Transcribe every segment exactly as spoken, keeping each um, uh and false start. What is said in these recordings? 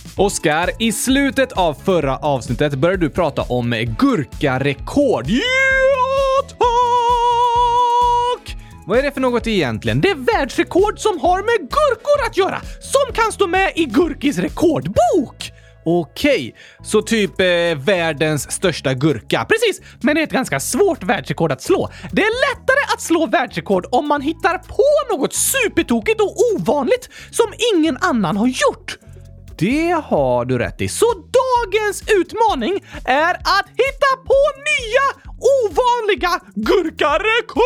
Oskar, i slutet av förra avsnittet började du prata om gurkarekord. Ja, tack! Vad är det för något egentligen? Det är världsrekord som har med gurkor att göra, som kan stå med i Gurkis rekordbok. Okej, så typ eh, världens största gurka. Precis, men det är ett ganska svårt världsrekord att slå. Det är lättare att slå världsrekord om man hittar på något supertokigt och ovanligt som ingen annan har gjort. Det har du rätt i. Så dagens utmaning är att hitta på nya, ovanliga gurkarekord!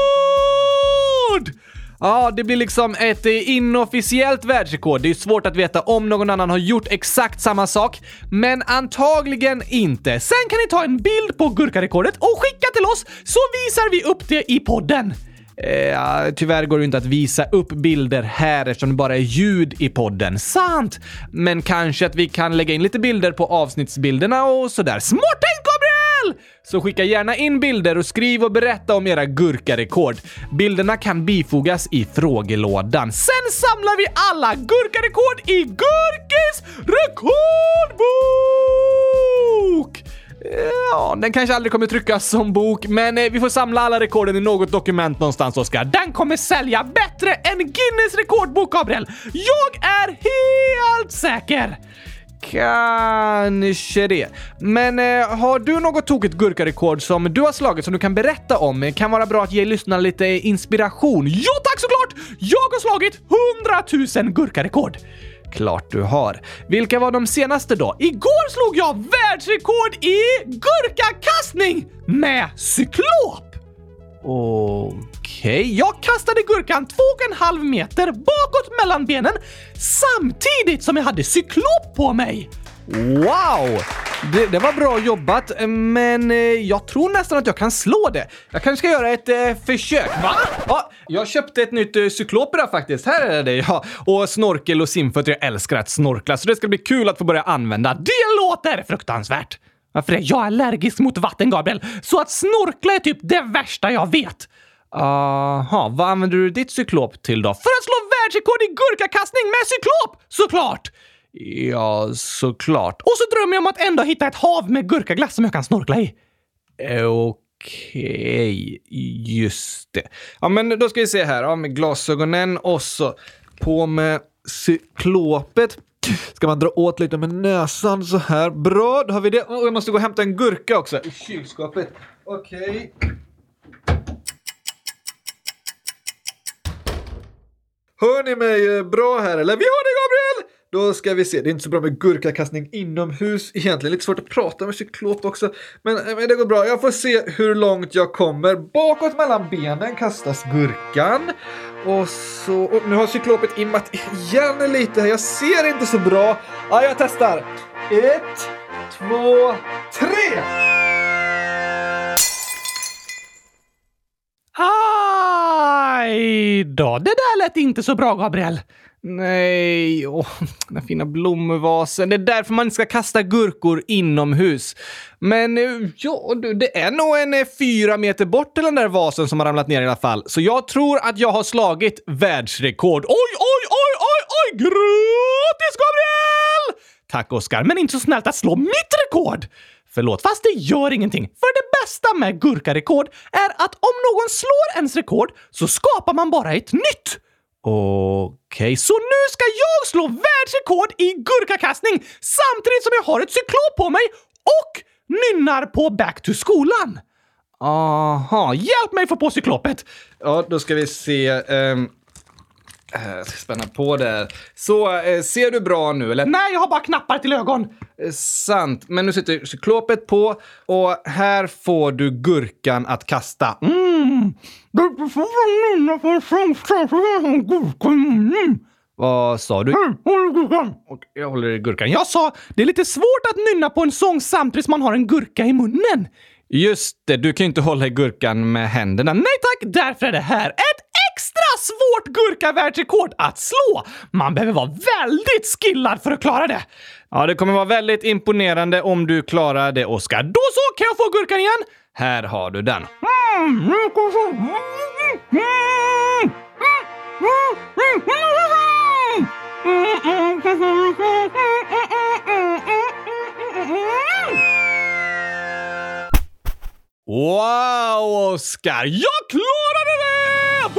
Ja, det blir liksom ett inofficiellt världsrekord. Det är svårt att veta om någon annan har gjort exakt samma sak, men antagligen inte. Sen kan ni ta en bild på gurkarekordet och skicka till oss, så visar vi upp det i podden. Eh, tyvärr går det inte att visa upp bilder här eftersom det bara är ljud i podden. Sant! Men kanske att vi kan lägga in lite bilder på avsnittsbilderna och sådär. Smart tänkt, Gabriel! Så skicka gärna in bilder och skriv och berätta om era gurkarekord. Bilderna kan bifogas i frågelådan. Sen samlar vi alla gurkarekord i Gurkis rekordbok! Ja, den kanske aldrig kommer tryckas som bok, men vi får samla alla rekorden i något dokument någonstans, Oskar. Den kommer sälja bättre än Guinness rekordbok, Gabriel. Jag är helt säker. Kanske det. Men eh, har du något tokigt gurkarekord som du har slagit som du kan berätta om? Kan vara bra att ge lyssnarna lite inspiration. Jo, tack såklart! Jag har slagit hundratusen gurkarekord. Klart du har. Vilka var de senaste då? Igår slog jag världsrekord i gurkakastning med cyklop. Okej, okay. Jag kastade gurkan två och en halv meter bakåt mellan benen samtidigt som jag hade cyklop på mig. Wow! Det, det var bra jobbat, men eh, jag tror nästan att jag kan slå det. Jag kanske ska göra ett eh, försök. Va? Ja, jag köpte ett nytt eh, cyklop idag faktiskt. Här är det, ja. Och snorkel och simfötter, jag älskar att snorkla. Så det ska bli kul att få börja använda. Det låter fruktansvärt. Varför är jag allergisk mot vatten, Gabriel? Så att snorkla är typ det värsta jag vet. Aha, vad använder du ditt cyklop till då? För att slå världsrekord i gurkakastning med cyklop, såklart! Ja, såklart. Och så drömmer jag om att ändå hitta ett hav med gurkaglass som jag kan snorkla i. Okej, just det. Ja, men då ska vi se här. Ja, med glasögonen och så på med cyklopet. Ska man dra åt lite med näsan så här. Bra, då har vi det. Och jag måste gå och hämta en gurka också i kylskåpet. Okej. Hör ni mig bra här eller? Vi har det, Gabriel! Då ska vi se. Det är inte så bra med gurkakastning inomhus. Egentligen lite svårt att prata med cyklop också. Men, men det går bra. Jag får se hur långt jag kommer. Bakåt mellan benen kastas gurkan. Och så... Och nu har cyklopet immat igen lite. Jag ser inte så bra. Ja, jag testar. Ett, två, tre! Aj då. Det där lät inte så bra, Gabriel. Nej, åh, den fina blomvasen. Det är därför man ska kasta gurkor inomhus. Men ja, det är nog en fyra meter bort till den där vasen som har ramlat ner i alla fall. Så jag tror att jag har slagit världsrekord. Oj, oj, oj, oj, oj! Grattis, Gabriel! Tack, Oskar. Men inte så snällt att slå mitt rekord. Förlåt, fast det gör ingenting. För det bästa med gurkarekord är att om någon slår ens rekord så skapar man bara ett nytt. Okej, okay, så nu ska jag slå världsrekord i gurkakastning samtidigt som jag har ett cyklop på mig och nynnar på Back to skolan. Aha, hjälp mig få på cyklopet. Ja, då ska vi se... Um... Jag ska spänna på det. Så, eh, ser du bra nu, eller? Nej, jag har bara knappar till ögon. Eh, sant, men nu sitter cyklopet på och här får du gurkan att kasta. Mm. Vad sa du? Och jag håller i gurkan. Jag sa, det är lite svårt att nynna på en sång samtidigt som man har en gurka i munnen. Just det, du kan ju inte hålla i gurkan med händerna. Nej tack, därför är det här ett extra svårt gurkavärldsrekord att slå. Man behöver vara väldigt skillad för att klara det. Ja, det kommer vara väldigt imponerande om du klarar det, Oskar. Då så, kan jag få gurkan igen? Här har du den. Wow, Oskar! Jag klarade det!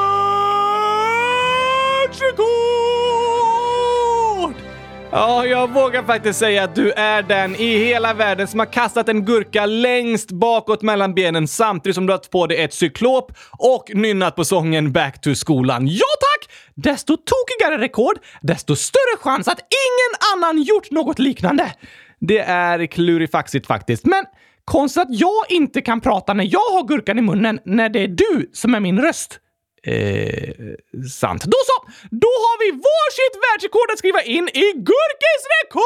Världsrekord! Ja, jag vågar faktiskt säga att du är den i hela världen som har kastat en gurka längst bakåt mellan benen samtidigt som du har på dig ett cyklop och nynnat på sången Back to skolan. Ja tack! Desto tokigare rekord, desto större chans att ingen annan gjort något liknande. Det är klurifaxigt faktiskt, men konstigt att jag inte kan prata när jag har gurkan i munnen när det är du som är min röst. Eh, sant. Då så! Då har vi varsitt världsrekord att skriva in i Gurkis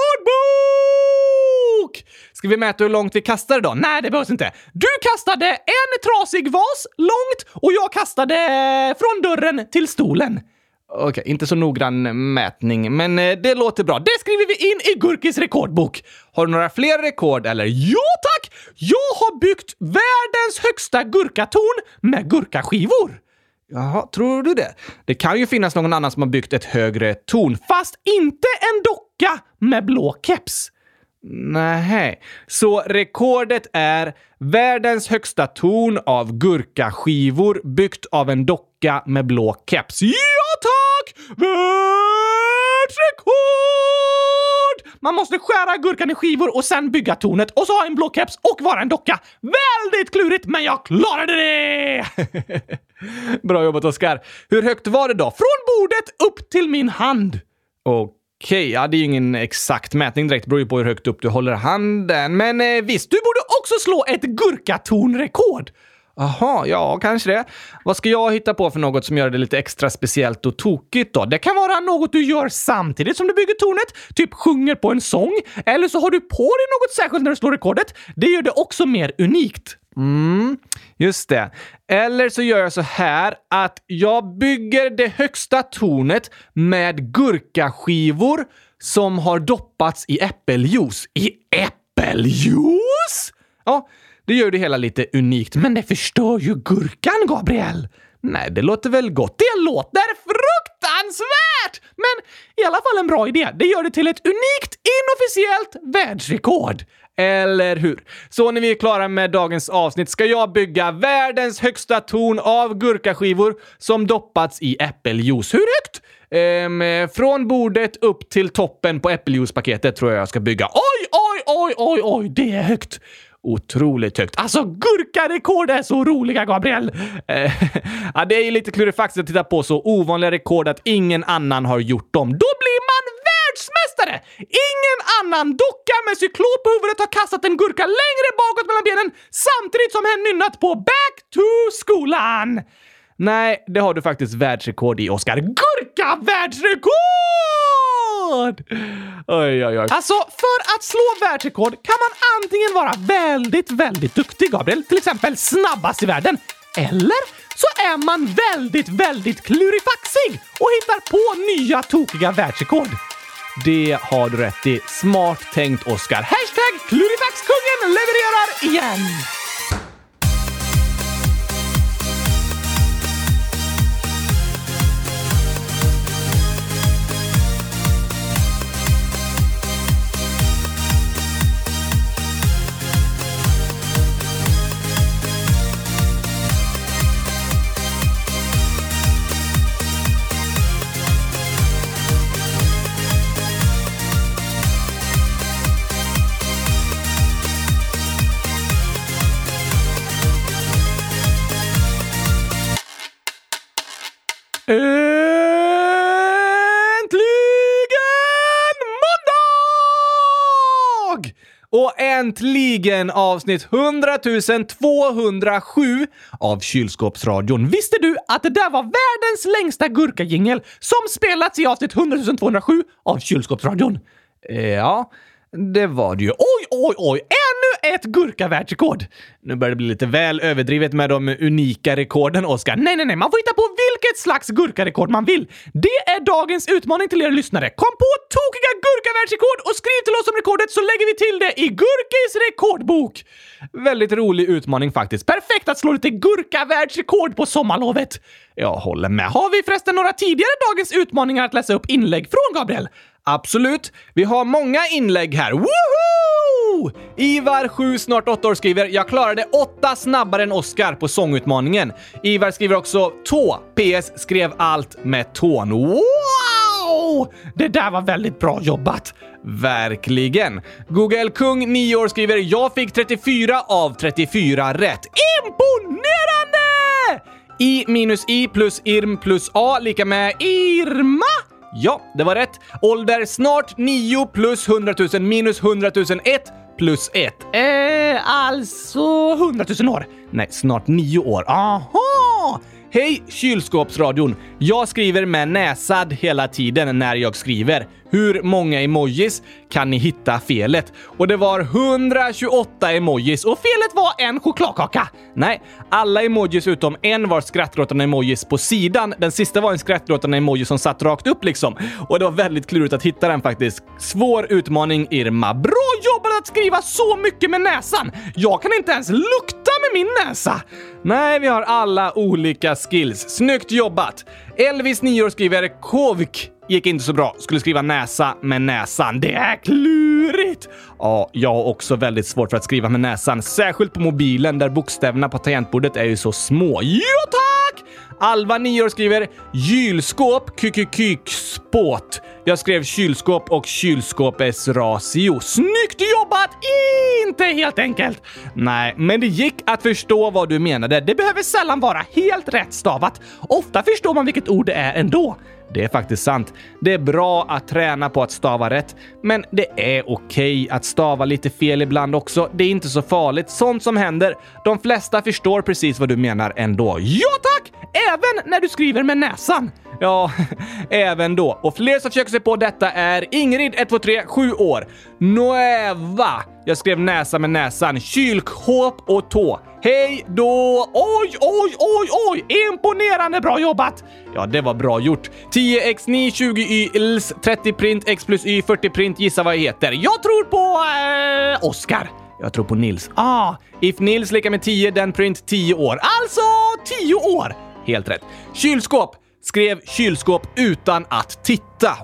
rekordbok! Ska vi mäta hur långt vi kastade då? Nej, det behövs inte. Du kastade en trasig vas långt och jag kastade från dörren till stolen. Okej, okay, inte så noggrann mätning, men eh, det låter bra. Det skriver vi in i Gurkis rekordbok. Har du några fler rekord eller? Ja tack! Jag har byggt världens högsta gurkatorn med gurkaskivor. Jaha, tror du det? Det kan ju finnas någon annan som har byggt ett högre torn, fast inte en docka med blå keps. Nej, så rekordet är världens högsta torn av gurkaskivor byggt av en docka med blå keps. Ja tack! Världsrekord! Man måste skära gurkan i skivor och sen bygga tornet och så ha en blå keps och vara en docka. Väldigt klurigt, men jag klarade det! Bra jobbat, Oskar. Hur högt var det då? Från bordet upp till min hand. Okej. Okej, ja, det är ju ingen exakt mätning direkt. Det beror ju på hur högt upp du håller handen. Men eh, visst, du borde också slå ett gurkatornrekord. Aha, ja, kanske det. Vad ska jag hitta på för något som gör det lite extra speciellt och tokigt då? Det kan vara något du gör samtidigt som du bygger tornet. Typ sjunger på en sång. Eller så har du på dig något särskilt när du slår rekordet. Det gör det också mer unikt. Mm, just det. Eller så gör jag så här att jag bygger det högsta tornet med gurkaskivor som har doppats i äppeljuice. I äppeljuice? Ja, det gör det hela lite unikt, men det förstör ju gurkan, Gabriel. Nej, det låter väl gott. Det låter fruktansvärt! Men i alla fall en bra idé. Det gör det till ett unikt, inofficiellt världsrekord. Eller hur? Så när vi är klara med dagens avsnitt ska jag bygga världens högsta torn av gurkaskivor som doppats i äppeljuice. Hur högt? Ehm, från bordet upp till toppen på äppeljuicepaketet tror jag jag ska bygga. Oj, oj, oj, oj, oj, det är högt. Otroligt högt. Alltså, gurkarekord är så roliga, Gabriel. Eh, ja, det är ju lite klurifaxigt att titta på så ovanliga rekord att ingen annan har gjort dem. Då blir man världsmästare! Ingen annan docka med cyklop på huvudet har kastat en gurka längre bakåt mellan benen samtidigt som hen nynnat på Back to skolan. Nej, det har du faktiskt världsrekord i, Oskar. Gurka-världsrekord! Oj, oj, oj. Alltså, för att slå världsrekord kan man antingen vara väldigt, väldigt duktig, Gabriel. Till exempel snabbast i världen. Eller så är man väldigt, väldigt klurifaxig och hittar på nya tokiga världsrekord. Det har du rätt i. Smart tänkt, Oskar. Hashtag klurifaxkungen levererar igen. Äntligen måndag! Och äntligen avsnitt hundratusen tvåhundrasju av Kylskåpsradion. Visste du att det där var världens längsta gurkajingel som spelats i avsnitt hundratusen tvåhundrasju av Kylskåpsradion? Ja, det var det ju. Oj, oj, oj! Ännu ett gurkavärldsrekord! Nu börjar det bli lite väl överdrivet med de unika rekorden, Oskar. Nej, nej, nej. Man får hitta på vilket slags gurkarekord man vill. Det är dagens utmaning till er lyssnare. Kom på tokiga gurkavärldsrekord och skriv till oss om rekordet så lägger vi till det i Gurkis rekordbok. Väldigt rolig utmaning faktiskt. Perfekt att slå lite gurkavärldsrekord på sommarlovet. Jag håller med. Har vi förresten några tidigare dagens utmaningar att läsa upp inlägg från, Gabriel? Absolut. Vi har många inlägg här. Woohoo! Wow! Ivar sju, snart åtta år skriver: jag klarade åtta snabbare än Oscar på sångutmaningen. Ivar skriver också: tå. P S skrev allt med tån. Wow! Det där var väldigt bra jobbat. Verkligen. Google Kung nio år skriver: jag fick trettiofyra av trettiofyra rätt. Imponerande! I minus I plus Irm plus A lika med Irma. Ja, det var rätt. Ålder snart nio plus hundratusen minus hundratusen ett plus ett. Eh, alltså hundratusen år. Nej, snart nio år. Aha! Hej kylskåpsradion. Jag skriver med näsad hela tiden när jag skriver. Hur många emojis kan ni hitta felet? Och det var hundratjugoåtta emojis och felet var en chokladkaka. Nej, alla emojis utom en var skrattgråtande emojis på sidan. Den sista var en skrattgråtande emoji som satt rakt upp liksom. Och det var väldigt klurigt att hitta den faktiskt. Svår utmaning, Irma. Bra jobbat att skriva så mycket med näsan. Jag kan inte ens lukta med min näsa. Nej, vi har alla olika skills. Snyggt jobbat. Elvis nio år skriver: Kovk. Gick inte så bra. Skulle skriva näsa med näsan. Det är klurigt. Ja, jag har också väldigt svårt för att skriva med näsan. Särskilt på mobilen där bokstäverna på tangentbordet är ju så små. Jo tack! Alva nio år skriver: gylskåp, kykykykspåt. Jag skrev kylskåp och kylskåpes ratio. Snyggt jobbat! Inte helt enkelt. Nej, men det gick att förstå vad du menade. Det behöver sällan vara helt rätt stavat. Ofta förstår man vilket ord det är ändå. Det är faktiskt sant. Det är bra att träna på att stava rätt, men det är okej att stava lite fel ibland också. Det är inte så farligt. Sånt som händer. De flesta förstår precis vad du menar ändå. Ja tack! Även när du skriver med näsan. Ja, även då. Och fler som försöker sig på detta är Ingrid ett två tre sju år. Noeva. Jag skrev näsa med näsan. Kylkåp och tå. Hej då! Oj, oj, oj, oj! Imponerande bra jobbat! Ja, det var bra gjort. tio x nio tjugo y ils trettio print x plus y fyrtio print. Gissa vad jag heter. Jag tror på äh, Oscar. Jag tror på Nils. Ah, if Nils lika med tio, den print tio år. Alltså tio år! Helt rätt. Kylskåp. Skrev kylskåp utan att titta.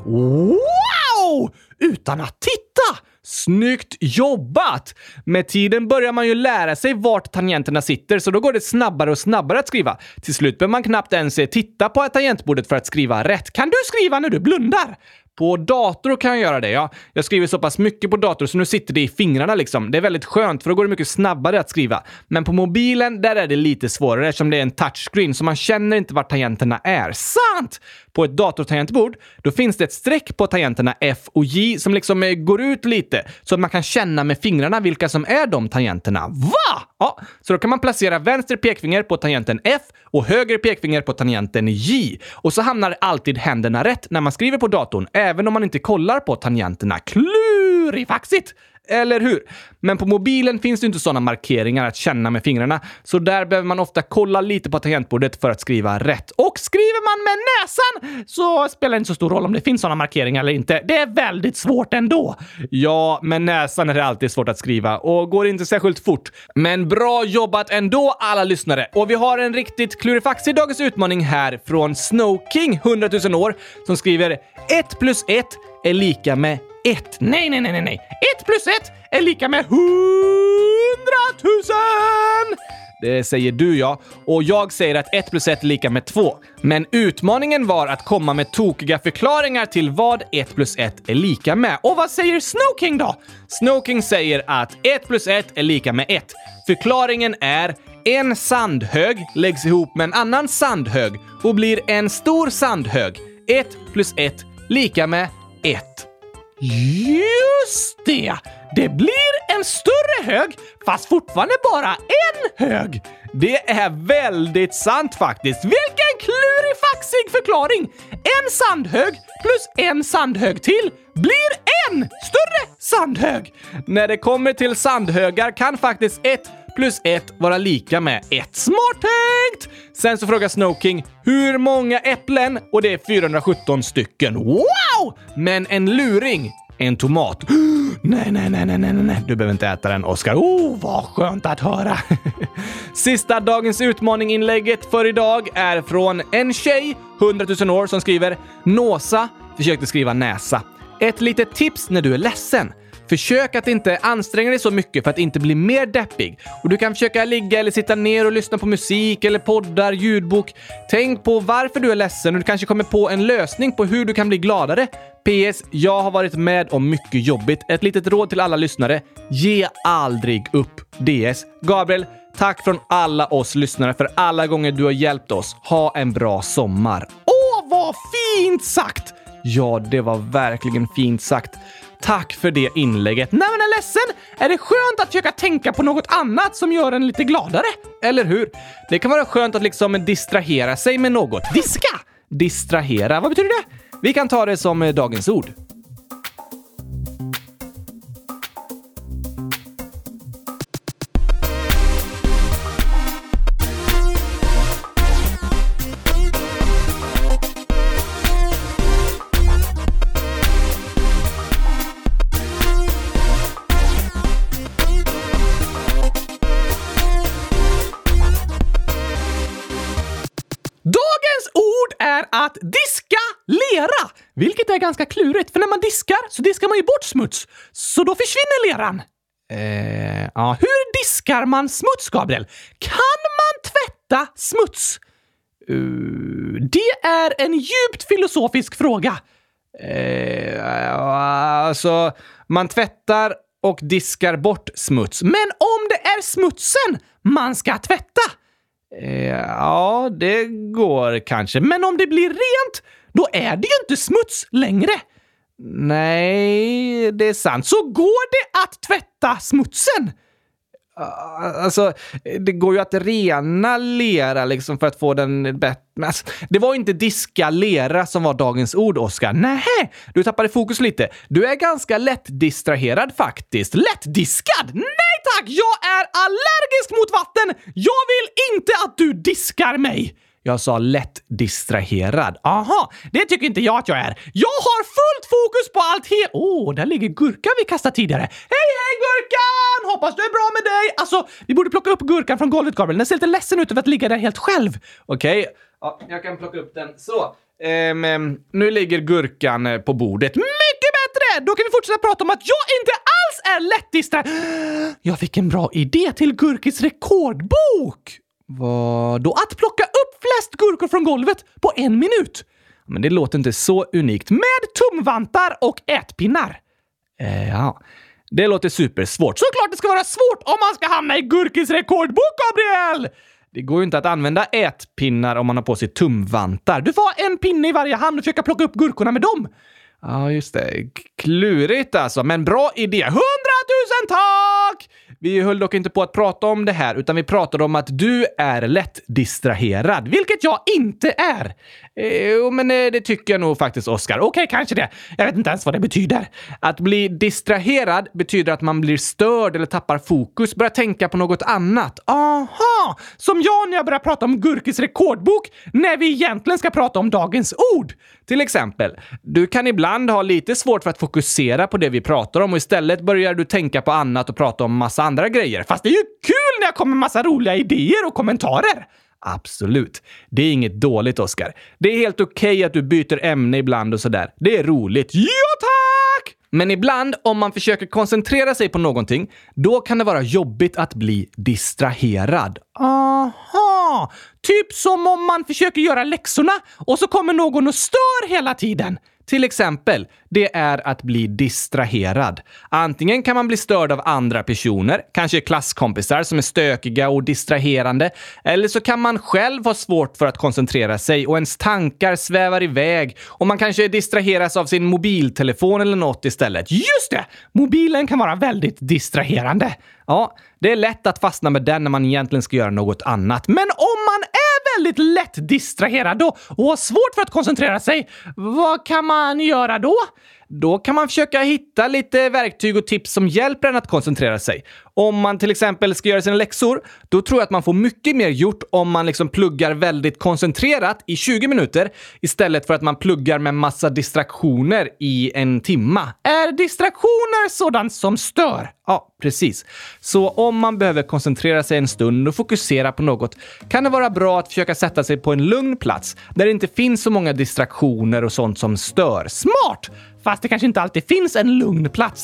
Wow! Utan att titta! Snyggt jobbat! Med tiden börjar man ju lära sig vart tangenterna sitter, så då går det snabbare och snabbare att skriva. Till slut behöver man knappt ens titta på tangentbordet för att skriva rätt. Kan du skriva när du blundar? På dator kan jag göra det, ja. Jag skriver så pass mycket på dator så nu sitter det i fingrarna liksom. Det är väldigt skönt för då går det mycket snabbare att skriva. Men på mobilen, där är det lite svårare eftersom det är en touchscreen så man känner inte vart tangenterna är. Sant! På ett datortangentbord, då finns det ett streck på tangenterna F och J som liksom eh, går ut lite så att man kan känna med fingrarna vilka som är de tangenterna. Va? Ja, så då kan man placera vänster pekfinger på tangenten F och höger pekfinger på tangenten J. Och så hamnar alltid händerna rätt när man skriver på datorn, även om man inte kollar på tangenterna. Klurifaxigt! Eller hur? Men på mobilen finns det inte sådana markeringar att känna med fingrarna. Så där behöver man ofta kolla lite på tangentbordet för att skriva rätt. Och skriver man med näsan så spelar det inte så stor roll om det finns sådana markeringar eller inte. Det är väldigt svårt ändå. Ja, med näsan är det alltid svårt att skriva och går inte särskilt fort. Men bra jobbat ändå alla lyssnare. Och vi har en riktigt klurifaxig dagens utmaning här från Snowking, hundratusen år, som skriver ett plus ett är lika med ett. Nej, nej, nej, nej, nej. ett plus ett är lika med hundratusen! Det säger du, ja. Och jag säger att ett plus ett är lika med två. Men utmaningen var att komma med tokiga förklaringar till vad ett plus ett är lika med. Och vad säger Snowking då? Snowking säger att ett plus ett är lika med ett. Förklaringen är: en sandhög läggs ihop med en annan sandhög och blir en stor sandhög. ett plus ett lika med ett. Just det! Det blir en större hög, fast fortfarande bara en hög. Det är väldigt sant faktiskt. Vilken klurifaxig förklaring! En sandhög plus en sandhög till blir en större sandhög. När det kommer till sandhögar kan faktiskt ett plus ett vara lika med ett. Smart tänkt! Sen så frågar Snowking hur många äpplen, och det är fyrahundrasjutton stycken. Wow! Men en luring, en tomat. Nej, nej, nej, nej, nej, nej. Du behöver inte äta den, Oscar. Oh, vad skönt att höra. Sista dagens utmaning-inlägget för idag är från en tjej, hundratusen år, som skriver: Nåsa försökte skriva näsa. Ett litet tips när du är ledsen. Försök att inte anstränga dig så mycket för att inte bli mer deppig. Och du kan försöka ligga eller sitta ner och lyssna på musik eller poddar, ljudbok. Tänk på varför du är ledsen och du kanske kommer på en lösning på hur du kan bli gladare. P S. Jag har varit med om mycket jobbigt. Ett litet råd till alla lyssnare. Ge aldrig upp. D S. Gabriel, tack från alla oss lyssnare för alla gånger du har hjälpt oss. Ha en bra sommar. Åh, vad fint sagt! Ja, det var verkligen fint sagt. Tack för det inlägget. När man är ledsen är det skönt att försöka tänka på något annat som gör en lite gladare. Eller hur? Det kan vara skönt att liksom distrahera sig med något. Diska! Distrahera, vad betyder det? Vi kan ta det som dagens ord. Dagens ord är att diska lera, vilket är ganska klurigt, för när man diskar så diskar man ju bort smuts, så då försvinner leran. Eh, ja, hur diskar man smuts, Gabriel? Kan man tvätta smuts? Uh, det är en djupt filosofisk fråga. Eh, alltså, man tvättar och diskar bort smuts, men om det är smutsen man ska tvätta? Ja, det går kanske. Men om det blir rent, då är det ju inte smuts längre. Nej, det är sant. Så går det att tvätta smutsen? Alltså, det går ju att rena lera liksom för att få den bättre. Alltså, det var inte diska lera som var dagens ord, Oskar. Nej, du tappade fokus lite. Du är ganska lätt distraherad faktiskt. Lätt diskad? Nej tack, jag är allergisk mot vatten. Jag vill inte att du diskar mig. Jag sa lätt distraherad. Aha, det tycker inte jag att jag är. Jag har fullt fokus på allt he... Åh, oh, där ligger gurkan vi kastade tidigare. Hej, hej gurkan! Hoppas du är bra med dig. Alltså, vi borde plocka upp gurkan från golvet, Gabriel. Den ser lite ledsen ut över att ligga där helt själv. Okej, okay. Ja, jag kan plocka upp den. Så, ehm, nu ligger gurkan på bordet. Mycket bättre! Då kan vi fortsätta prata om att jag inte alls är lätt distraherad. Jag fick en bra idé till Gurkis rekordbok. Vadå? Att plocka upp flest gurkor från golvet på en minut. Men det låter inte så unikt. Med tumvantar och ätpinnar. Eh, ja, det låter supersvårt. Såklart det ska vara svårt om man ska hamna i Gurkis rekordbok, Gabriel! Det går ju inte att använda ätpinnar om man har på sig tumvantar. Du får ha en pinne i varje hand och försöka plocka upp gurkorna med dem. Ja, just det. Klurigt alltså, men bra idé. Hundratusen tack! Vi höll dock inte på att prata om det här, utan vi pratade om att du är lätt distraherad, vilket jag inte är. Eh, men eh, det tycker jag nog faktiskt, Oskar. Okej, okay, kanske det. Jag vet inte ens vad det betyder. Att bli distraherad betyder att man blir störd eller tappar fokus, börjar tänka på något annat. Aha! Som jag när jag börjar prata om Gurkis rekordbok, när vi egentligen ska prata om dagens ord. Till exempel, du kan ibland ha lite svårt för att fokusera på det vi pratar om och istället börjar du tänka på annat och prata om massa andra grejer. Fast det är ju kul när jag kommer med massa roliga idéer och kommentarer. Absolut. Det är inget dåligt, Oskar. Det är helt okej okay att du byter ämne ibland och sådär. Det är roligt. Ja, tack! Men ibland, om man försöker koncentrera sig på någonting, då kan det vara jobbigt att bli distraherad. Aha! Typ som om man försöker göra läxorna och så kommer någon och stör hela tiden. Till exempel, det är att bli distraherad. Antingen kan man bli störd av andra personer, kanske klasskompisar som är stökiga och distraherande, eller så kan man själv ha svårt för att koncentrera sig och ens tankar svävar iväg och man kanske distraheras av sin mobiltelefon eller något istället. Just det! Mobilen kan vara väldigt distraherande. Ja, det är lätt att fastna med den när man egentligen ska göra något annat. Men om man är väldigt lätt distraherad då och har svårt för att koncentrera sig, vad kan man göra då? Då kan man försöka hitta lite verktyg och tips som hjälper en att koncentrera sig. Om man till exempel ska göra sina läxor, då tror jag att man får mycket mer gjort om man liksom pluggar väldigt koncentrerat i tjugo minuter istället för att man pluggar med massa distraktioner i en timma. Är distraktioner sådant som stör? Ja, precis. Så om man behöver koncentrera sig en stund och fokusera på något kan det vara bra att försöka sätta sig på en lugn plats där det inte finns så många distraktioner och sånt som stör. Smart! Fast det kanske inte alltid finns en lugn plats.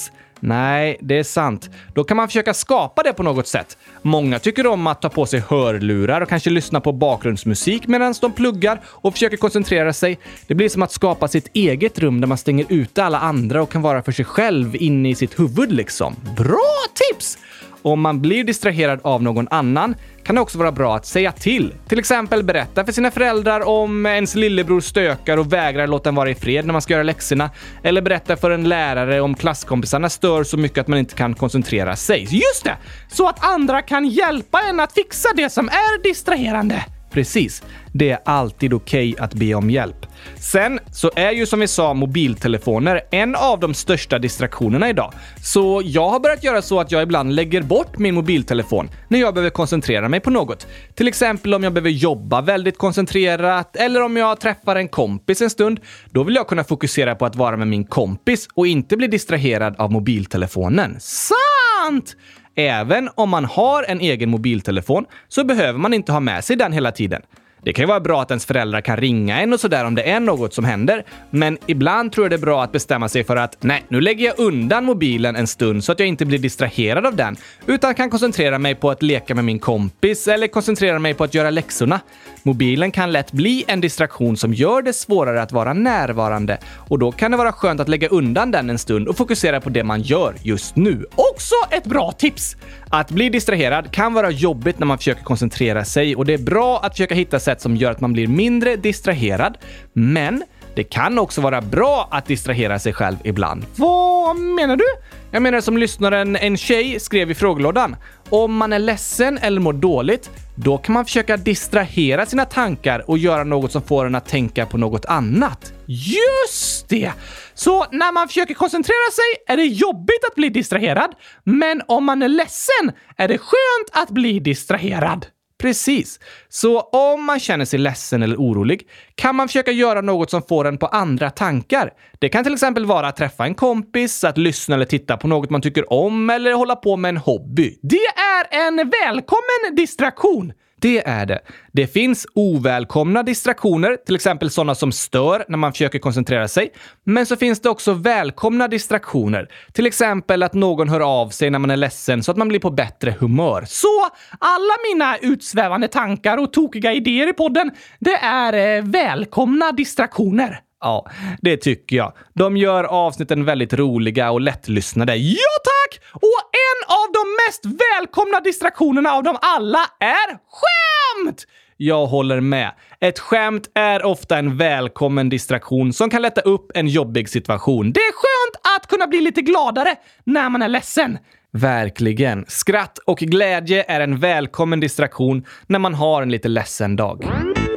Nej, det är sant. Då kan man försöka skapa det på något sätt. Många tycker om att ta på sig hörlurar och kanske lyssna på bakgrundsmusik medan de pluggar och försöker koncentrera sig. Det blir som att skapa sitt eget rum där man stänger ute alla andra och kan vara för sig själv inne i sitt huvud liksom. Bra tips! Om man blir distraherad av någon annan kan det också vara bra att säga till. Till exempel berätta för sina föräldrar om ens lillebror stökar och vägrar låta en vara i fred när man ska göra läxorna. Eller berätta för en lärare om klasskompisarna stör så mycket att man inte kan koncentrera sig. Just det! Så att andra kan hjälpa en att fixa det som är distraherande. Precis. Det är alltid okej att be om hjälp. Sen så är ju som vi sa mobiltelefoner en av de största distraktionerna idag. Så jag har börjat göra så att jag ibland lägger bort min mobiltelefon när jag behöver koncentrera mig på något. Till exempel om jag behöver jobba väldigt koncentrerat eller om jag träffar en kompis en stund. Då vill jag kunna fokusera på att vara med min kompis och inte bli distraherad av mobiltelefonen. Sant! Även om man har en egen mobiltelefon så behöver man inte ha med sig den hela tiden. Det kan ju vara bra att ens föräldrar kan ringa en och sådär om det är något som händer. Men ibland tror jag det är bra att bestämma sig för att nej, nu lägger jag undan mobilen en stund så att jag inte blir distraherad av den. Utan kan koncentrera mig på att leka med min kompis eller koncentrera mig på att göra läxorna. Mobilen kan lätt bli en distraktion som gör det svårare att vara närvarande. Och då kan det vara skönt att lägga undan den en stund och fokusera på det man gör just nu. Också ett bra tips! Att bli distraherad kan vara jobbigt när man försöker koncentrera sig och det är bra att försöka hitta sätt som gör att man blir mindre distraherad. Men det kan också vara bra att distrahera sig själv ibland. Vad menar du? Jag menar som lyssnaren en tjej skrev i frågelådan. Om man är ledsen eller mår dåligt, då kan man försöka distrahera sina tankar och göra något som får en att tänka på något annat. Just det! Så när man försöker koncentrera sig är det jobbigt att bli distraherad, men om man är ledsen är det skönt att bli distraherad. Precis. Så om man känner sig ledsen eller orolig kan man försöka göra något som får en på andra tankar. Det kan till exempel vara att träffa en kompis, att lyssna eller titta på något man tycker om eller hålla på med en hobby. Det är en välkommen distraktion. Det är det. Det finns ovälkomna distraktioner, till exempel sådana som stör när man försöker koncentrera sig. Men så finns det också välkomna distraktioner. Till exempel att någon hör av sig när man är ledsen så att man blir på bättre humör. Så alla mina utsvävande tankar och tokiga idéer i podden, det är eh, välkomna distraktioner. Ja, det tycker jag. De gör avsnitten väldigt roliga och lättlyssnade. Ja, tack! Och en av de mest välkomna distraktionerna av dem alla är skämt! Jag håller med. Ett skämt är ofta en välkommen distraktion som kan lätta upp en jobbig situation. Det är skönt att kunna bli lite gladare när man är ledsen. Verkligen. Skratt och glädje är en välkommen distraktion när man har en lite ledsen dag.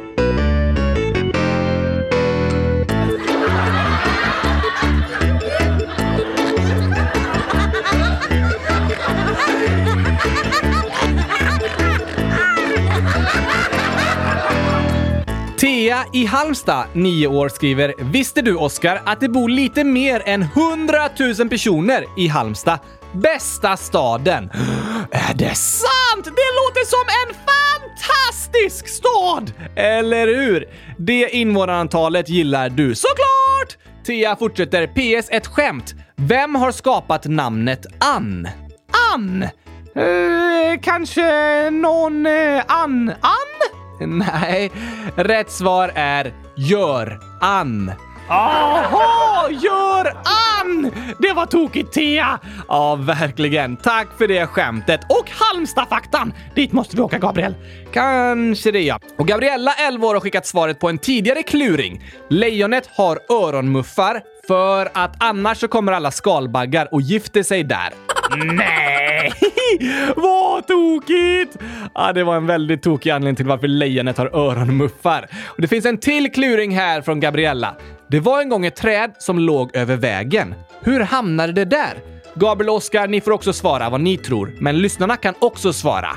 Thea i Halmstad, nio år, skriver: visste du, Oskar, att det bor lite mer än hundratusen personer i Halmstad? Bästa staden. Är det sant? Det låter som en fantastisk stad! Eller hur? Det invånarantalet gillar du såklart! Thea fortsätter: P S ett skämt. Vem har skapat namnet Ann? Ann? Eh, kanske någon eh, Ann? Ann? Nej, rätt svar är Gör Ann. Aha, Gör Ann! Det var tokigt, Thea. Ja, verkligen. Tack för det skämtet. Och Halmstad-faktan. Dit måste vi åka, Gabriel. Kanske det, ja. Och Gabriella, elva år, har skickat svaret på en tidigare kluring. Lejonet har öronmuffar för att annars så kommer alla skalbaggar och gifter sig där. Nej! Vad tokigt! Ja, det var en väldigt tokig anledning till varför lejonet har öronmuffar. Och det finns en till kluring här från Gabriella. Det var en gång ett träd som låg över vägen. Hur hamnade det där? Gabriel och Oskar, ni får också svara vad ni tror. Men lyssnarna kan också svara.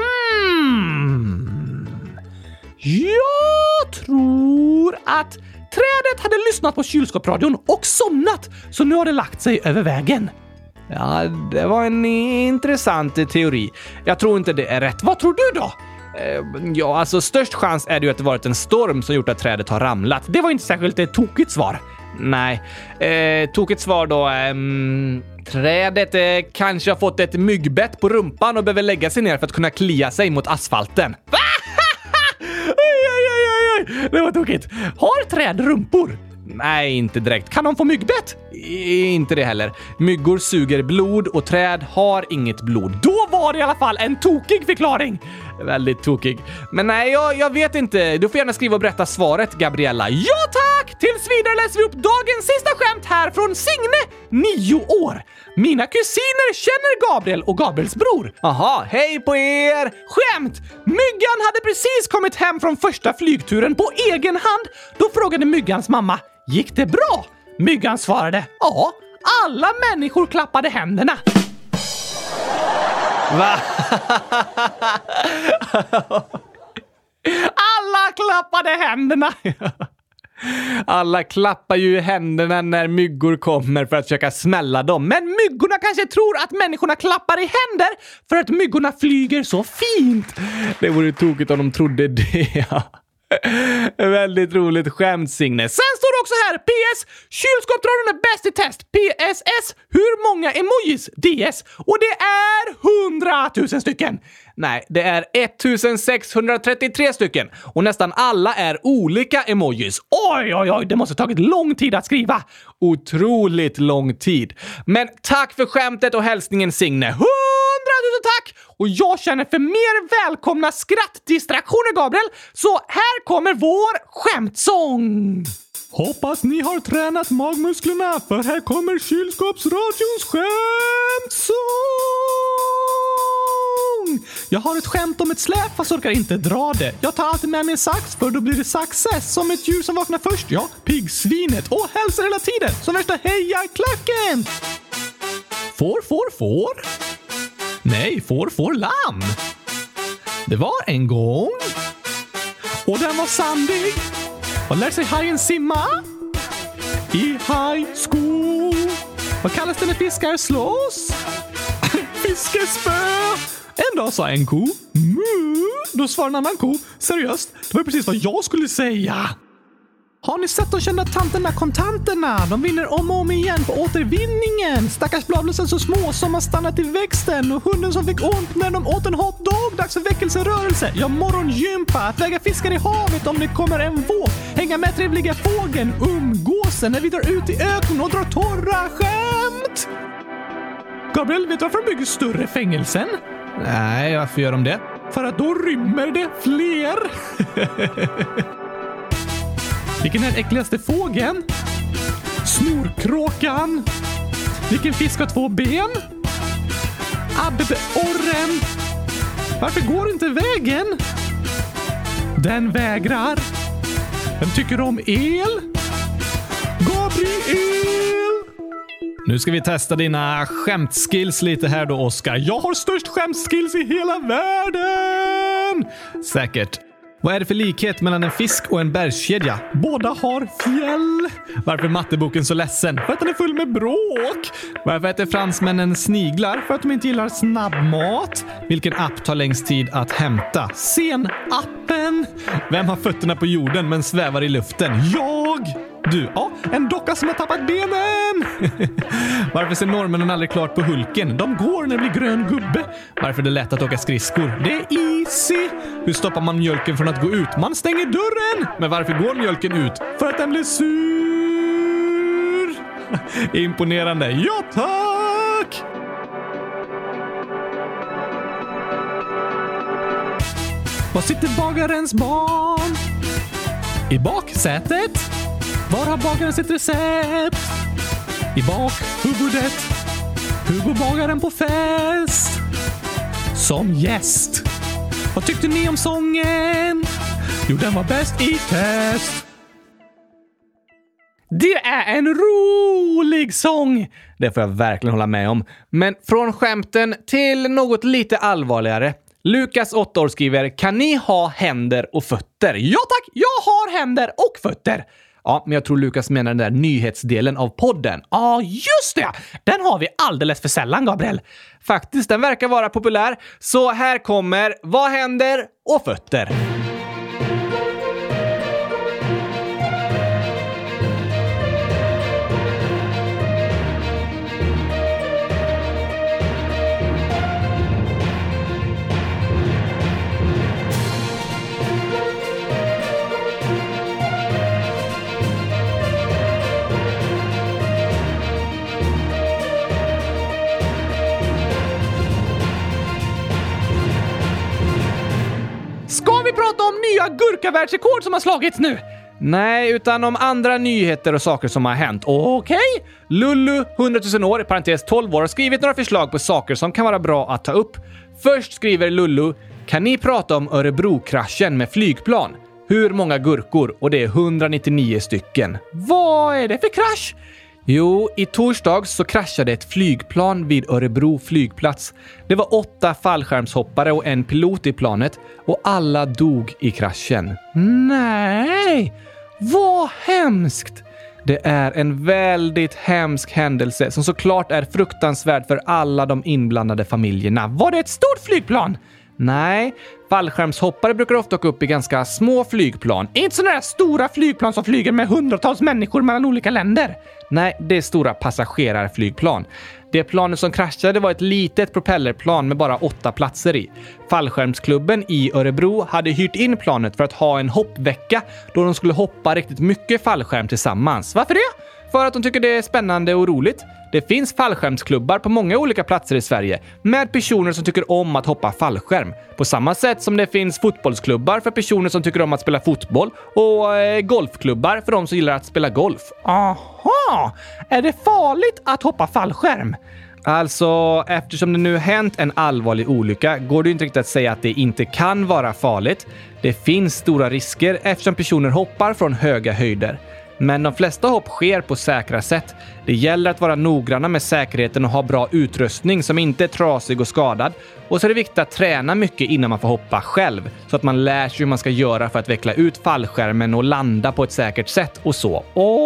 Hmm. Jag tror att trädet hade lyssnat på kylskåpsradion och somnat. Så nu har det lagt sig över vägen. Ja, det var en intressant teori. Jag tror inte det är rätt. Vad tror du då? Eh, ja, alltså störst chans är det ju att det varit en storm som gjort att trädet har ramlat. Det var inte särskilt ett tokigt svar. Nej. Eh, tokigt svar då. Um, trädet eh, kanske har fått ett myggbett på rumpan och behöver lägga sig ner för att kunna klia sig mot asfalten. Oj, oj, oj, oj. Det var tokigt. Har träd rumpor? Nej, inte direkt. Kan de få myggbett? I, inte det heller. Myggor suger blod och träd har inget blod. Då var det i alla fall en tokig förklaring. Väldigt tokig. Men nej, jag, jag vet inte. Du får gärna skriva och berätta svaret, Gabriella. Ja tack! Tills vidare läser vi upp dagens sista skämt här från Signe, nio år. Mina kusiner känner Gabriel och Gabriels bror. Aha, hej på er! Skämt! Myggan hade precis kommit hem från första flygturen på egen hand. Då frågade Myggans mamma, gick det bra? Myggan svarade, ja, alla människor klappade händerna. Va? Alla klappade händerna. Alla klappar ju händerna när myggor kommer för att försöka smälla dem. Men myggorna kanske tror att människorna klappar i händer för att myggorna flyger så fint. Det vore tokigt om de trodde det. Väldigt roligt skämt, Signe. Sen står det också här, P S. Kylskåpsradion är bäst i test. P S S. Hur många emojis? D S. Och det är hundratusen stycken. Nej, det är ettusensexhundratrettiotre stycken. Och nästan alla är olika emojis. Oj, oj, oj. Det måste ha tagit lång tid att skriva. Otroligt lång tid. Men tack för skämtet och hälsningen, Signe. Hundratusen tack! Och jag känner för mer välkomna skrattdistraktioner, Gabriel. Så här kommer vår skämtsång. Hoppas ni har tränat magmusklerna, för här kommer Kylskåpsradions skämtsång. Jag har ett skämt om ett släp fast orkar inte dra det. Jag tar alltid med mig en sax, för då blir det success. Som ett djur som vaknar först, ja, piggsvinet. Och hälsar hela tiden, som värsta heja-klacken. Får, får, får. Nej, får, får, lamm. Det var en gång. Och den var sandig. Vad lär sig hajen simma? I high school. Vad kallas det när fiskar slåss? Fiskespö. En dag sa en ko. Mu. Då svarade en annan ko. Seriöst, det var precis vad jag skulle säga. Har ni sett de kända tanterna kontanterna? De vinner om och om igen på återvinningen. Stackars bladlösen så små som har stannat i växten. Och hunden som fick ont när de åt en hotdog. Dags för väckelserörelse. Ja, morgongympa. Att väga fiskar i havet om det kommer en våg. Hänga med trevliga fågeln. Umgåsen när vi drar ut i öknen och drar torra skämt. Gabriel, vet du varför de bygger större fängelsen? Nej, varför gör de det? För att då rymmer det fler. Vilken är den äckligaste fågeln? Snorkråkan. Vilken fisk har två ben? Abborren. Varför går inte vägen? Den vägrar. Den tycker om el. Gabriel. Nu ska vi testa dina skämtskills lite här då, Oskar. Jag har störst skämtskills i hela världen. Säkert. Vad är det för likhet mellan en fisk och en bergskedja? Båda har fjäll. Varför är matteboken så ledsen? För att den är full med bråk. Varför äter fransmännen sniglar? För att de inte gillar snabbmat. Vilken app tar längst tid att hämta? Sen-appen. Vem har fötterna på jorden men svävar i luften? Jag! Du, ja, en docka som har tappat benen. Varför ser norrmännen aldrig klart på Hulken? De går när det blir grön gubbe. Varför är det lätt att åka skridskor? Det är easy. Hur stoppar man mjölken från att gå ut? Man stänger dörren. Men varför går mjölken ut? För att den blir sur. Imponerande. Ja, tack! Var sitter bagarens barn? I baksätet. Var har bagaren sitt recept? I bakhuvudet. Hur går bagaren på fest? Som gäst. Vad tyckte ni om sången? Jo, den var bäst i test. Det är en rolig sång. Det får jag verkligen hålla med om. Men från skämten till något lite allvarligare. Lukas, åtta år, skriver: kan ni ha händer och fötter? Ja tack, jag har händer och fötter. Ja, men jag tror Lukas menar den där nyhetsdelen av podden. Ja, ah, just det! Den har vi alldeles för sällan, Gabriel. Faktiskt, den verkar vara populär. Så här kommer vad händer och fötter. nya gurkavärldsrekord som har slagits nu? Nej, utan om andra nyheter och saker som har hänt. Okej? Okay. Lulu, hundratusen år, i parentes tolv år, har skrivit några förslag på saker som kan vara bra att ta upp. Först skriver Lulu: kan ni prata om Örebro-kraschen med flygplan? Hur många gurkor? Och det är hundranittionio stycken. Vad är det för krasch? Jo, i torsdags så kraschade ett flygplan vid Örebro flygplats. Det var åtta fallskärmshoppare och en pilot i planet och alla dog i kraschen. Nej, vad hemskt! Det är en väldigt hemsk händelse som såklart är fruktansvärd för alla de inblandade familjerna. Var det ett stort flygplan? Nej, fallskärmshoppare brukar ofta åka upp i ganska små flygplan. Inte sådana där stora flygplan som flyger med hundratals människor mellan olika länder. Nej, det är stora passagerarflygplan. Det planet som kraschade var ett litet propellerplan med bara åtta platser i. Fallskärmsklubben i Örebro hade hyrt in planet för att ha en hoppvecka då de skulle hoppa riktigt mycket fallskärm tillsammans. Varför det? För att de tycker det är spännande och roligt. Det finns fallskärmsklubbar på många olika platser i Sverige med personer som tycker om att hoppa fallskärm. På samma sätt som det finns fotbollsklubbar för personer som tycker om att spela fotboll och eh, golfklubbar för de som gillar att spela golf. Aha! Är det farligt att hoppa fallskärm? Alltså, eftersom det nu hänt en allvarlig olycka går det inte riktigt att säga att det inte kan vara farligt. Det finns stora risker eftersom personer hoppar från höga höjder. Men de flesta hopp sker på säkra sätt. Det gäller att vara noggranna med säkerheten och ha bra utrustning som inte är trasig och skadad. Och så är det viktigt att träna mycket innan man får hoppa själv. Så att man lär sig hur man ska göra för att veckla ut fallskärmen och landa på ett säkert sätt och så.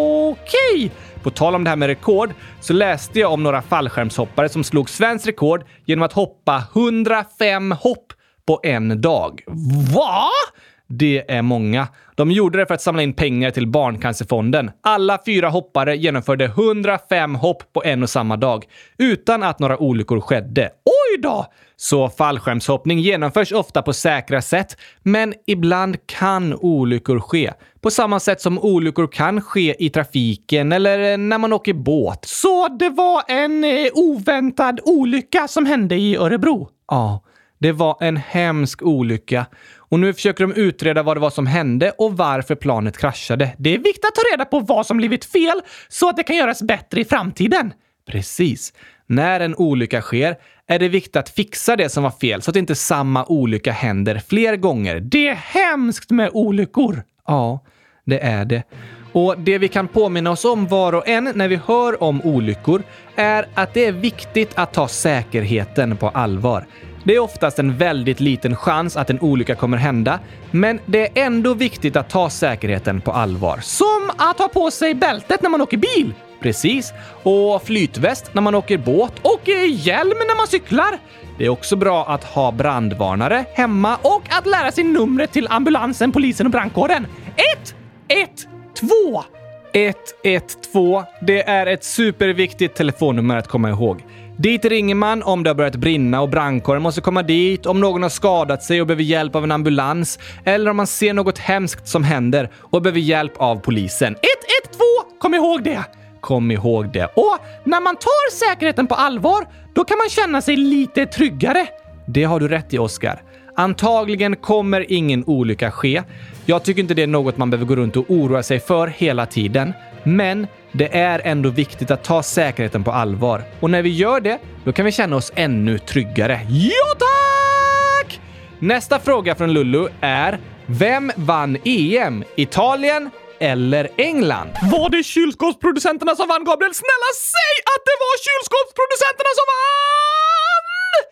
Okej! På tal om det här med rekord så läste jag om några fallskärmshoppare som slog svensk rekord genom att hoppa hundrafem hopp på en dag. Va? Det är många. De gjorde det för att samla in pengar till Barncancerfonden. Alla fyra hoppare genomförde hundrafem hopp på en och samma dag utan att några olyckor skedde. Oj då! Så fallskärmshoppning genomförs ofta på säkra sätt, men ibland kan olyckor ske. På samma sätt som olyckor kan ske i trafiken eller när man åker båt. Så det var en eh, oväntad olycka som hände i Örebro? Ja, det var en hemsk olycka. Och nu försöker de utreda vad det var som hände och varför planet kraschade. Det är viktigt att ta reda på vad som blivit fel så att det kan göras bättre i framtiden. Precis. När en olycka sker är det viktigt att fixa det som var fel så att inte samma olycka händer fler gånger. Det är hemskt med olyckor. Ja, det är det. Och det vi kan påminna oss om var och en när vi hör om olyckor är att det är viktigt att ta säkerheten på allvar. Det är oftast en väldigt liten chans att en olycka kommer hända, men det är ändå viktigt att ta säkerheten på allvar. Som att ha på sig bältet när man åker bil. Precis. Och flytväst när man åker båt och hjälm när man cyklar. Det är också bra att ha brandvarnare hemma och att lära sig numret till ambulansen, polisen och brandkåren. ett ett två ett ett två. Det är ett superviktigt telefonnummer att komma ihåg. Dit ringer man om det har börjat brinna och brandkåren måste komma dit, om någon har skadat sig och behöver hjälp av en ambulans, eller om man ser något hemskt som händer och behöver hjälp av polisen. ett ett två, kom ihåg det! Kom ihåg det. Och när man tar säkerheten på allvar, då kan man känna sig lite tryggare. Det har du rätt i, Oskar. Antagligen kommer ingen olycka ske. Jag tycker inte det är något man behöver gå runt och oroa sig för hela tiden. Men det är ändå viktigt att ta säkerheten på allvar. Och när vi gör det, då kan vi känna oss ännu tryggare. Ja, tack! Nästa fråga från Lulu är: vem vann E M? Italien eller England? Var det kylskåpsproducenterna som vann, Gabriel? Snälla, säg att det var kylskåpsproducenterna som vann!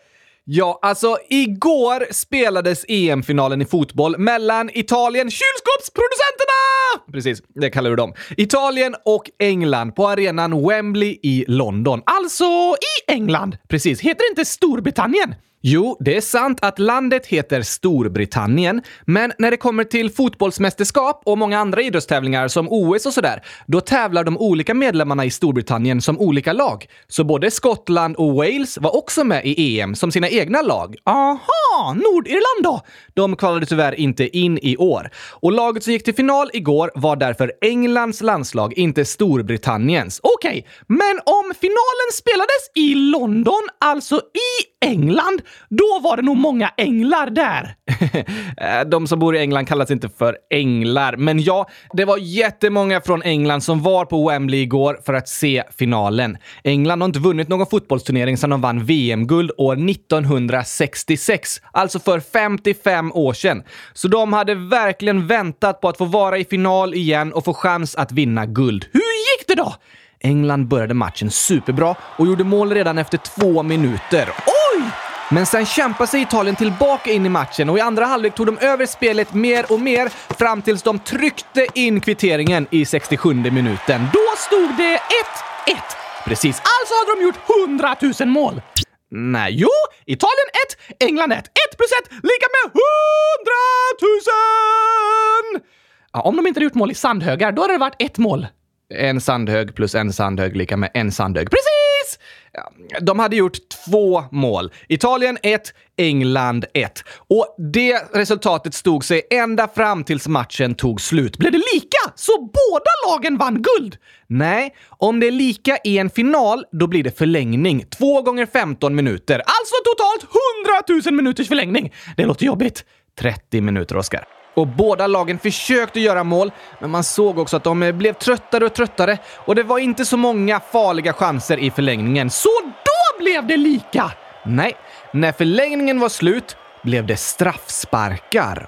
Ja, alltså igår spelades E M-finalen i fotboll mellan Italien, kylskåpsproducenterna! Precis, det kallar du dem. Italien och England på arenan Wembley i London. Alltså i England. Precis, heter det inte Storbritannien? Jo, det är sant att landet heter Storbritannien, men när det kommer till fotbollsmästerskap och många andra idrottstävlingar som O S och sådär, då tävlar de olika medlemmarna i Storbritannien som olika lag. Så både Skottland och Wales var också med i E M som sina egna lag. Aha, Nordirland då? De kvalade tyvärr inte in i år. Och laget som gick till final igår var därför Englands landslag, inte Storbritanniens. Okej, okay, men om finalen spelades i London, alltså i England, då var det nog många änglar där. De som bor i England kallas inte för änglar. Men ja, det var jättemånga från England som var på Wembley igår för att se finalen. England har inte vunnit någon fotbollsturnering sedan de vann V M-guld år nittonhundrasextiosex. Alltså för femtiofem år sedan. Så de hade verkligen väntat på att få vara i final igen och få chans att vinna guld. Hur gick det då? England började matchen superbra och gjorde mål redan efter två minuter. Oj! Men sen kämpade sig Italien tillbaka in i matchen och i andra halvlek tog de över spelet mer och mer fram tills de tryckte in kvitteringen i sextiosjunde minuten. Då stod det ett ett. Precis, alltså hade de gjort hundratusen mål. Nej, jo, Italien ett, England ett. ett plus ett lika med hundratusen! Ja, om de inte hade gjort mål i sandhögar, då hade det varit ett mål. En sandhög plus en sandhög lika med en sandhög. Precis! De hade gjort två mål. Italien ett, England ett. Och det resultatet stod sig ända fram tills matchen tog slut. Blev det lika? Så båda lagen vann guld? Nej, om det är lika i en final, då blir det förlängning. Två gånger femton minuter. Alltså totalt hundratusen minuters förlängning. Det låter jobbigt. trettio minuter, Oskar. Och båda lagen försökte göra mål, men man såg också att de blev tröttare och tröttare. Och det var inte så många farliga chanser i förlängningen. Så då blev det lika! Nej, när förlängningen var slut blev det straffsparkar.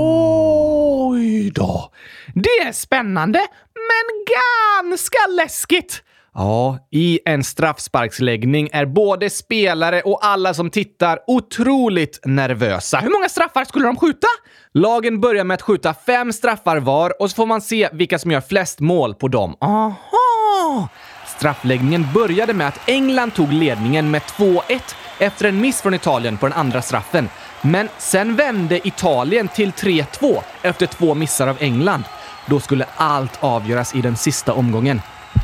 Oj då! Det är spännande, men ganska läskigt. Ja, i en straffsparksläggning är både spelare och alla som tittar otroligt nervösa. Hur många straffar skulle de skjuta? Lagen börjar med att skjuta fem straffar var och så får man se vilka som gör flest mål på dem. Aha! Straffläggningen började med att England tog ledningen med två ett efter en miss från Italien på den andra straffen. Men sen vände Italien till tre två efter två missar av England. Då skulle allt avgöras i den sista omgången.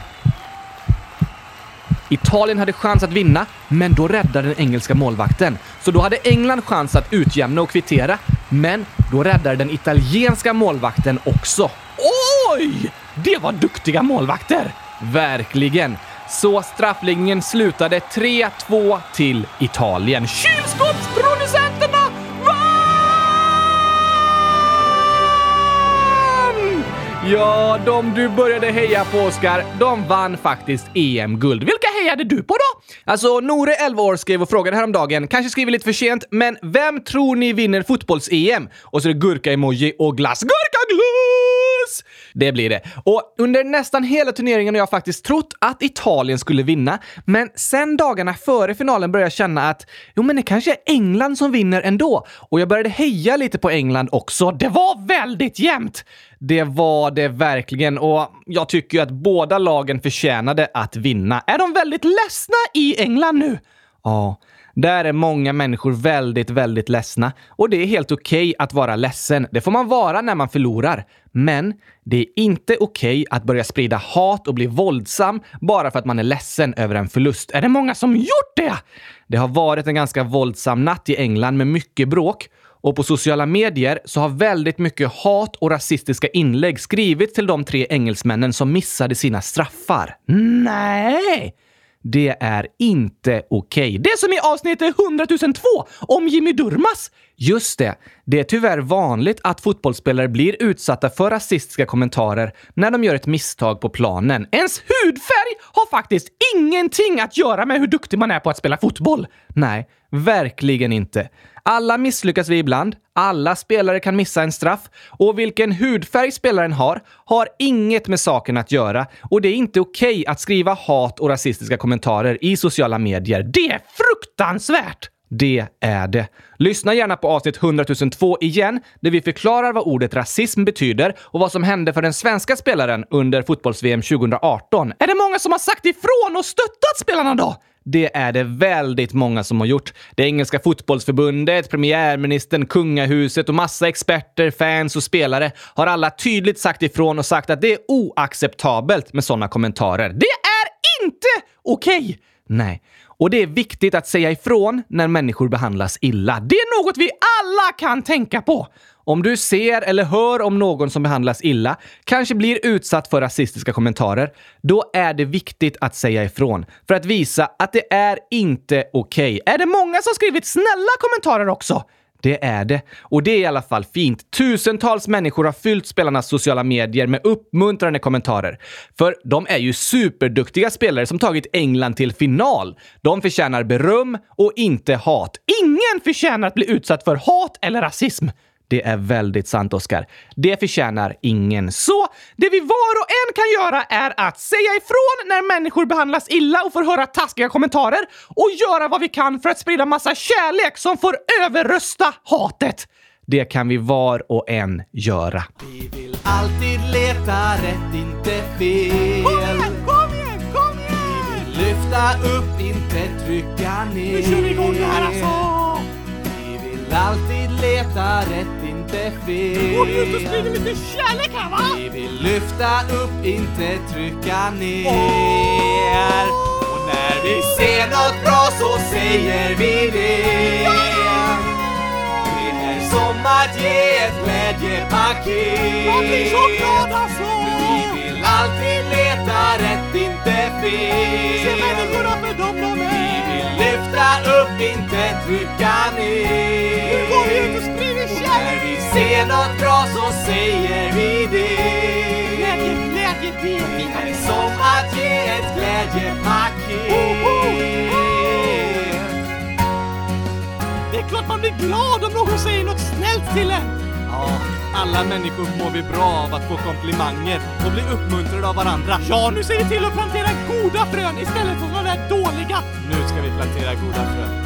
Italien hade chans att vinna, men då räddade den engelska målvakten. Så då hade England chans att utjämna och kvittera, men då räddade den italienska målvakten också. Oj! Det var duktiga målvakter! Verkligen. Så straffläggningen slutade tre två till Italien. Kylskåpsproducenterna vann! Ja, de du började heja på, Oskar, de vann faktiskt E M-guld. Vilka hejade du på då? Alltså, Nore, elva år, skrev och frågade häromdagen. Kanske skriver lite för sent, men vem tror ni vinner fotbolls-E M? Och så är det gurka-emoji och glass. Gurka-glass! Det blir det. Och under nästan hela turneringen har jag faktiskt trott att Italien skulle vinna. Men sen dagarna före finalen började jag känna att jo, men det kanske är England som vinner ändå. Och jag började heja lite på England också. Det var väldigt jämnt. Det var det verkligen, och jag tycker ju att båda lagen förtjänade att vinna. Är de väldigt ledsna i England nu? Ja, där är många människor väldigt, väldigt ledsna. Och det är helt okej att vara ledsen. Det får man vara när man förlorar. Men det är inte okej att börja sprida hat och bli våldsam bara för att man är ledsen över en förlust. Är det många som gjort det? Det har varit en ganska våldsam natt i England med mycket bråk. Och på sociala medier så har väldigt mycket hat och rasistiska inlägg skrivits till de tre engelsmännen som missade sina straffar. Nej! Det är inte okej. Det som i avsnittet hundratusen två om Jimmy Durmaz. Just det. Det är tyvärr vanligt att fotbollsspelare blir utsatta för rasistiska kommentarer när de gör ett misstag på planen. Ens hudfärg har faktiskt ingenting att göra med hur duktig man är på att spela fotboll. Nej, verkligen inte. Alla misslyckas vi ibland. Alla spelare kan missa en straff. Och vilken hudfärg spelaren har, har inget med saken att göra. Och det är inte okej att skriva hat och rasistiska kommentarer i sociala medier. Det är fruktansvärt! Det är det. Lyssna gärna på avsnitt hundratusen två igen, där vi förklarar vad ordet rasism betyder och vad som hände för den svenska spelaren under fotbolls-V M tjugoarton. Är det många som har sagt ifrån och stöttat spelarna då? Det är det väldigt många som har gjort. Det engelska fotbollsförbundet, premiärministern, kungahuset och massa experter, fans och spelare har alla tydligt sagt ifrån och sagt att det är oacceptabelt med sådana kommentarer. Det är inte okej! Nej. Och det är viktigt att säga ifrån när människor behandlas illa. Det är något vi alla kan tänka på. Om du ser eller hör om någon som behandlas illa, kanske blir utsatt för rasistiska kommentarer, då är det viktigt att säga ifrån för att visa att det är inte okej. Okay. Är det många som skrivit snälla kommentarer också? Det är det. Och det är i alla fall fint. Tusentals människor har fyllt spelarnas sociala medier med uppmuntrande kommentarer. För de är ju superduktiga spelare som tagit England till final. De förtjänar beröm och inte hat. Ingen förtjänar att bli utsatt för hat eller rasism. Det är väldigt sant, Oskar. Det förtjänar ingen. Så det vi var och en kan göra är att säga ifrån när människor behandlas illa och får höra taskiga kommentarer och göra vad vi kan för att sprida massa kärlek som får överrösta hatet. Det kan vi var och en göra. Vi vill alltid leta rätt, inte fel. Kom igen, kom igen, kom igen! Vi vill lyfta upp, inte trycka ner. Nu kör vi igång det här alltså! Alltid leta rätt, inte fel. Och ut och sprider lite kärlek här, va? Vi vill lyfta upp, inte trycka ner. Oh! Och när vi ser något bra så säger vi det. Ja! Det är som att ge ett glädjepaket. Jag blir så glad alltså. Vi vill alltid leta rätt, inte fel. Se människorna för dem de är. Vi vill lyfta upp, inte trycka ner. När vi ser något bra så säger vi det. Glädje, glädje, det Det är som att ge ett glädjepaket. Oh, oh, oh. Det är klart man blir glad om någon säger något snällt till en. Ja, alla människor mår vi bra av att få komplimanger och bli uppmuntrade av varandra. Ja, nu ser vi till att plantera goda frön istället för de där dåliga. Nu ska vi plantera goda frön.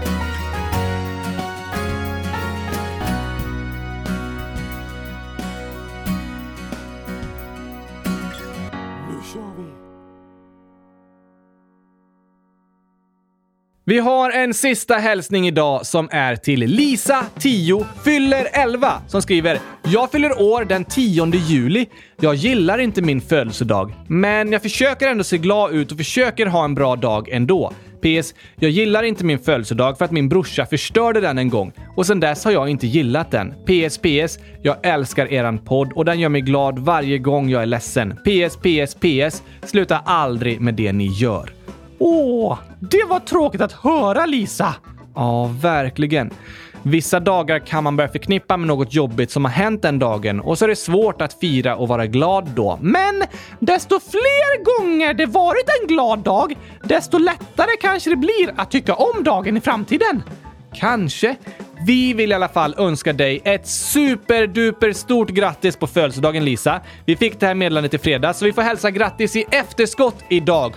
Vi har en sista hälsning idag som är till Lisa, tio, fyller elva, som skriver: Jag fyller år den tionde juli. Jag gillar inte min födelsedag, men jag försöker ändå se glad ut och försöker ha en bra dag ändå. P S. Jag gillar inte min födelsedag för att min brorsa förstörde den en gång. Och sen dess har jag inte gillat den. P S P S. Jag älskar eran podd och den gör mig glad varje gång jag är ledsen. P S P S P S. Sluta aldrig med det ni gör. Åh, det var tråkigt att höra, Lisa. Ja, verkligen. Vissa dagar kan man börja förknippa med något jobbigt som har hänt den dagen och så är det svårt att fira och vara glad då. Men desto fler gånger det varit en glad dag, desto lättare kanske det blir att tycka om dagen i framtiden. Kanske. Vi vill i alla fall önska dig ett superduper stort grattis på födelsedagen, Lisa. Vi fick det här meddelandet i fredag så vi får hälsa grattis i efterskott idag.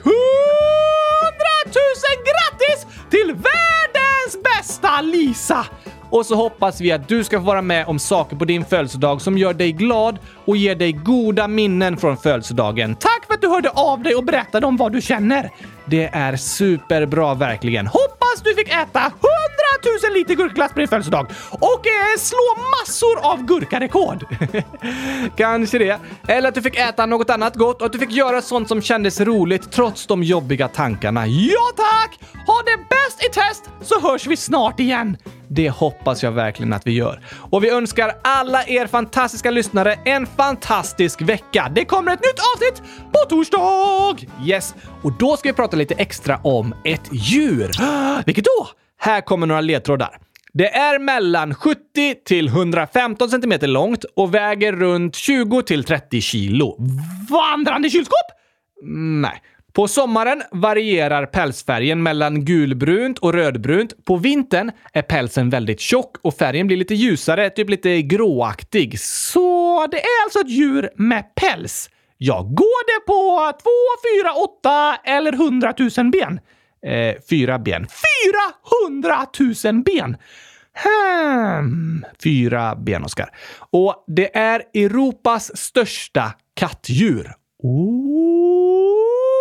Tusen grattis till världens bästa Lisa! Och så hoppas vi att du ska få vara med om saker på din födelsedag som gör dig glad och ger dig goda minnen från födelsedagen. Tack för att du hörde av dig och berättade om vad du känner. Det är superbra, verkligen. Hoppas du fick äta hundratusen liter gurkglass på din födelsedag och eh, slå massor av gurkarekord. Kanske det. Eller att du fick äta något annat gott och att du fick göra sånt som kändes roligt trots de jobbiga tankarna. Ja tack! Ha det bäst i test så hörs vi snart igen. Det hoppas jag verkligen att vi gör. Och vi önskar alla er fantastiska lyssnare en fantastisk vecka. Det kommer ett nytt avsnitt på torsdag! Yes, och då ska vi prata lite extra om ett djur. Vilket då? Här kommer några ledtrådar. Det är mellan sjuttio till hundrafemton centimeter långt och väger runt tjugo till trettio kilo. Vandrande kylskåp? Nej. På sommaren varierar pälsfärgen mellan gulbrunt och rödbrunt. På vintern är pälsen väldigt tjock och färgen blir lite ljusare, typ lite gråaktig. Så det är alltså ett djur med päls. Ja, går det på två, fyra, åtta eller hundratusen ben? Eh, fyra ben. Fyrahundratusen ben! Hmm. Fyra ben, Oskar. Och det är Europas största kattdjur. Oh.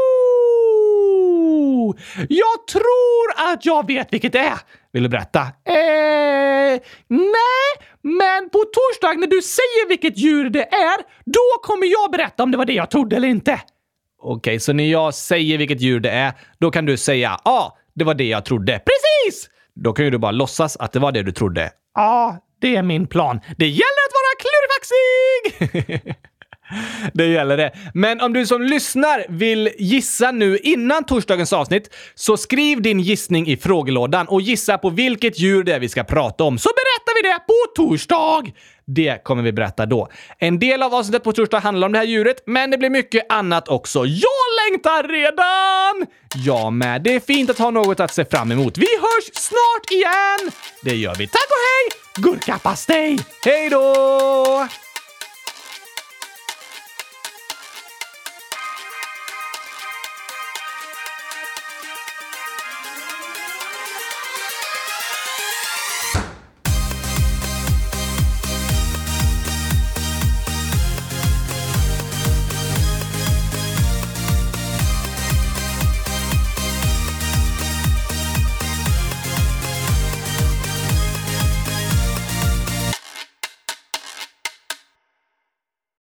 Jag tror att jag vet vilket det är. Vill du berätta? Eh, nej, men på torsdag när du säger vilket djur det är, då kommer jag berätta om det var det jag trodde eller inte. Okej, okay, så när jag säger vilket djur det är, då kan du säga, ja, ah, det var det jag trodde. Precis! Då kan ju du bara låtsas att det var det du trodde. Ja, det är min plan. Det gäller att vara klurifaxig! Det gäller det. Men om du som lyssnar vill gissa nu innan torsdagens avsnitt, så skriv din gissning i frågelådan och gissa på vilket djur det är vi ska prata om. Så berättar vi det på torsdag! Det kommer vi berätta då. En del av avsnittet på torsdag handlar om det här djuret, men det blir mycket annat också. Jag längtar redan! Jag med. Det är fint att ha något att se fram emot. Vi hörs snart igen! Det gör vi. Tack och hej! Gurkapastej! Hej då!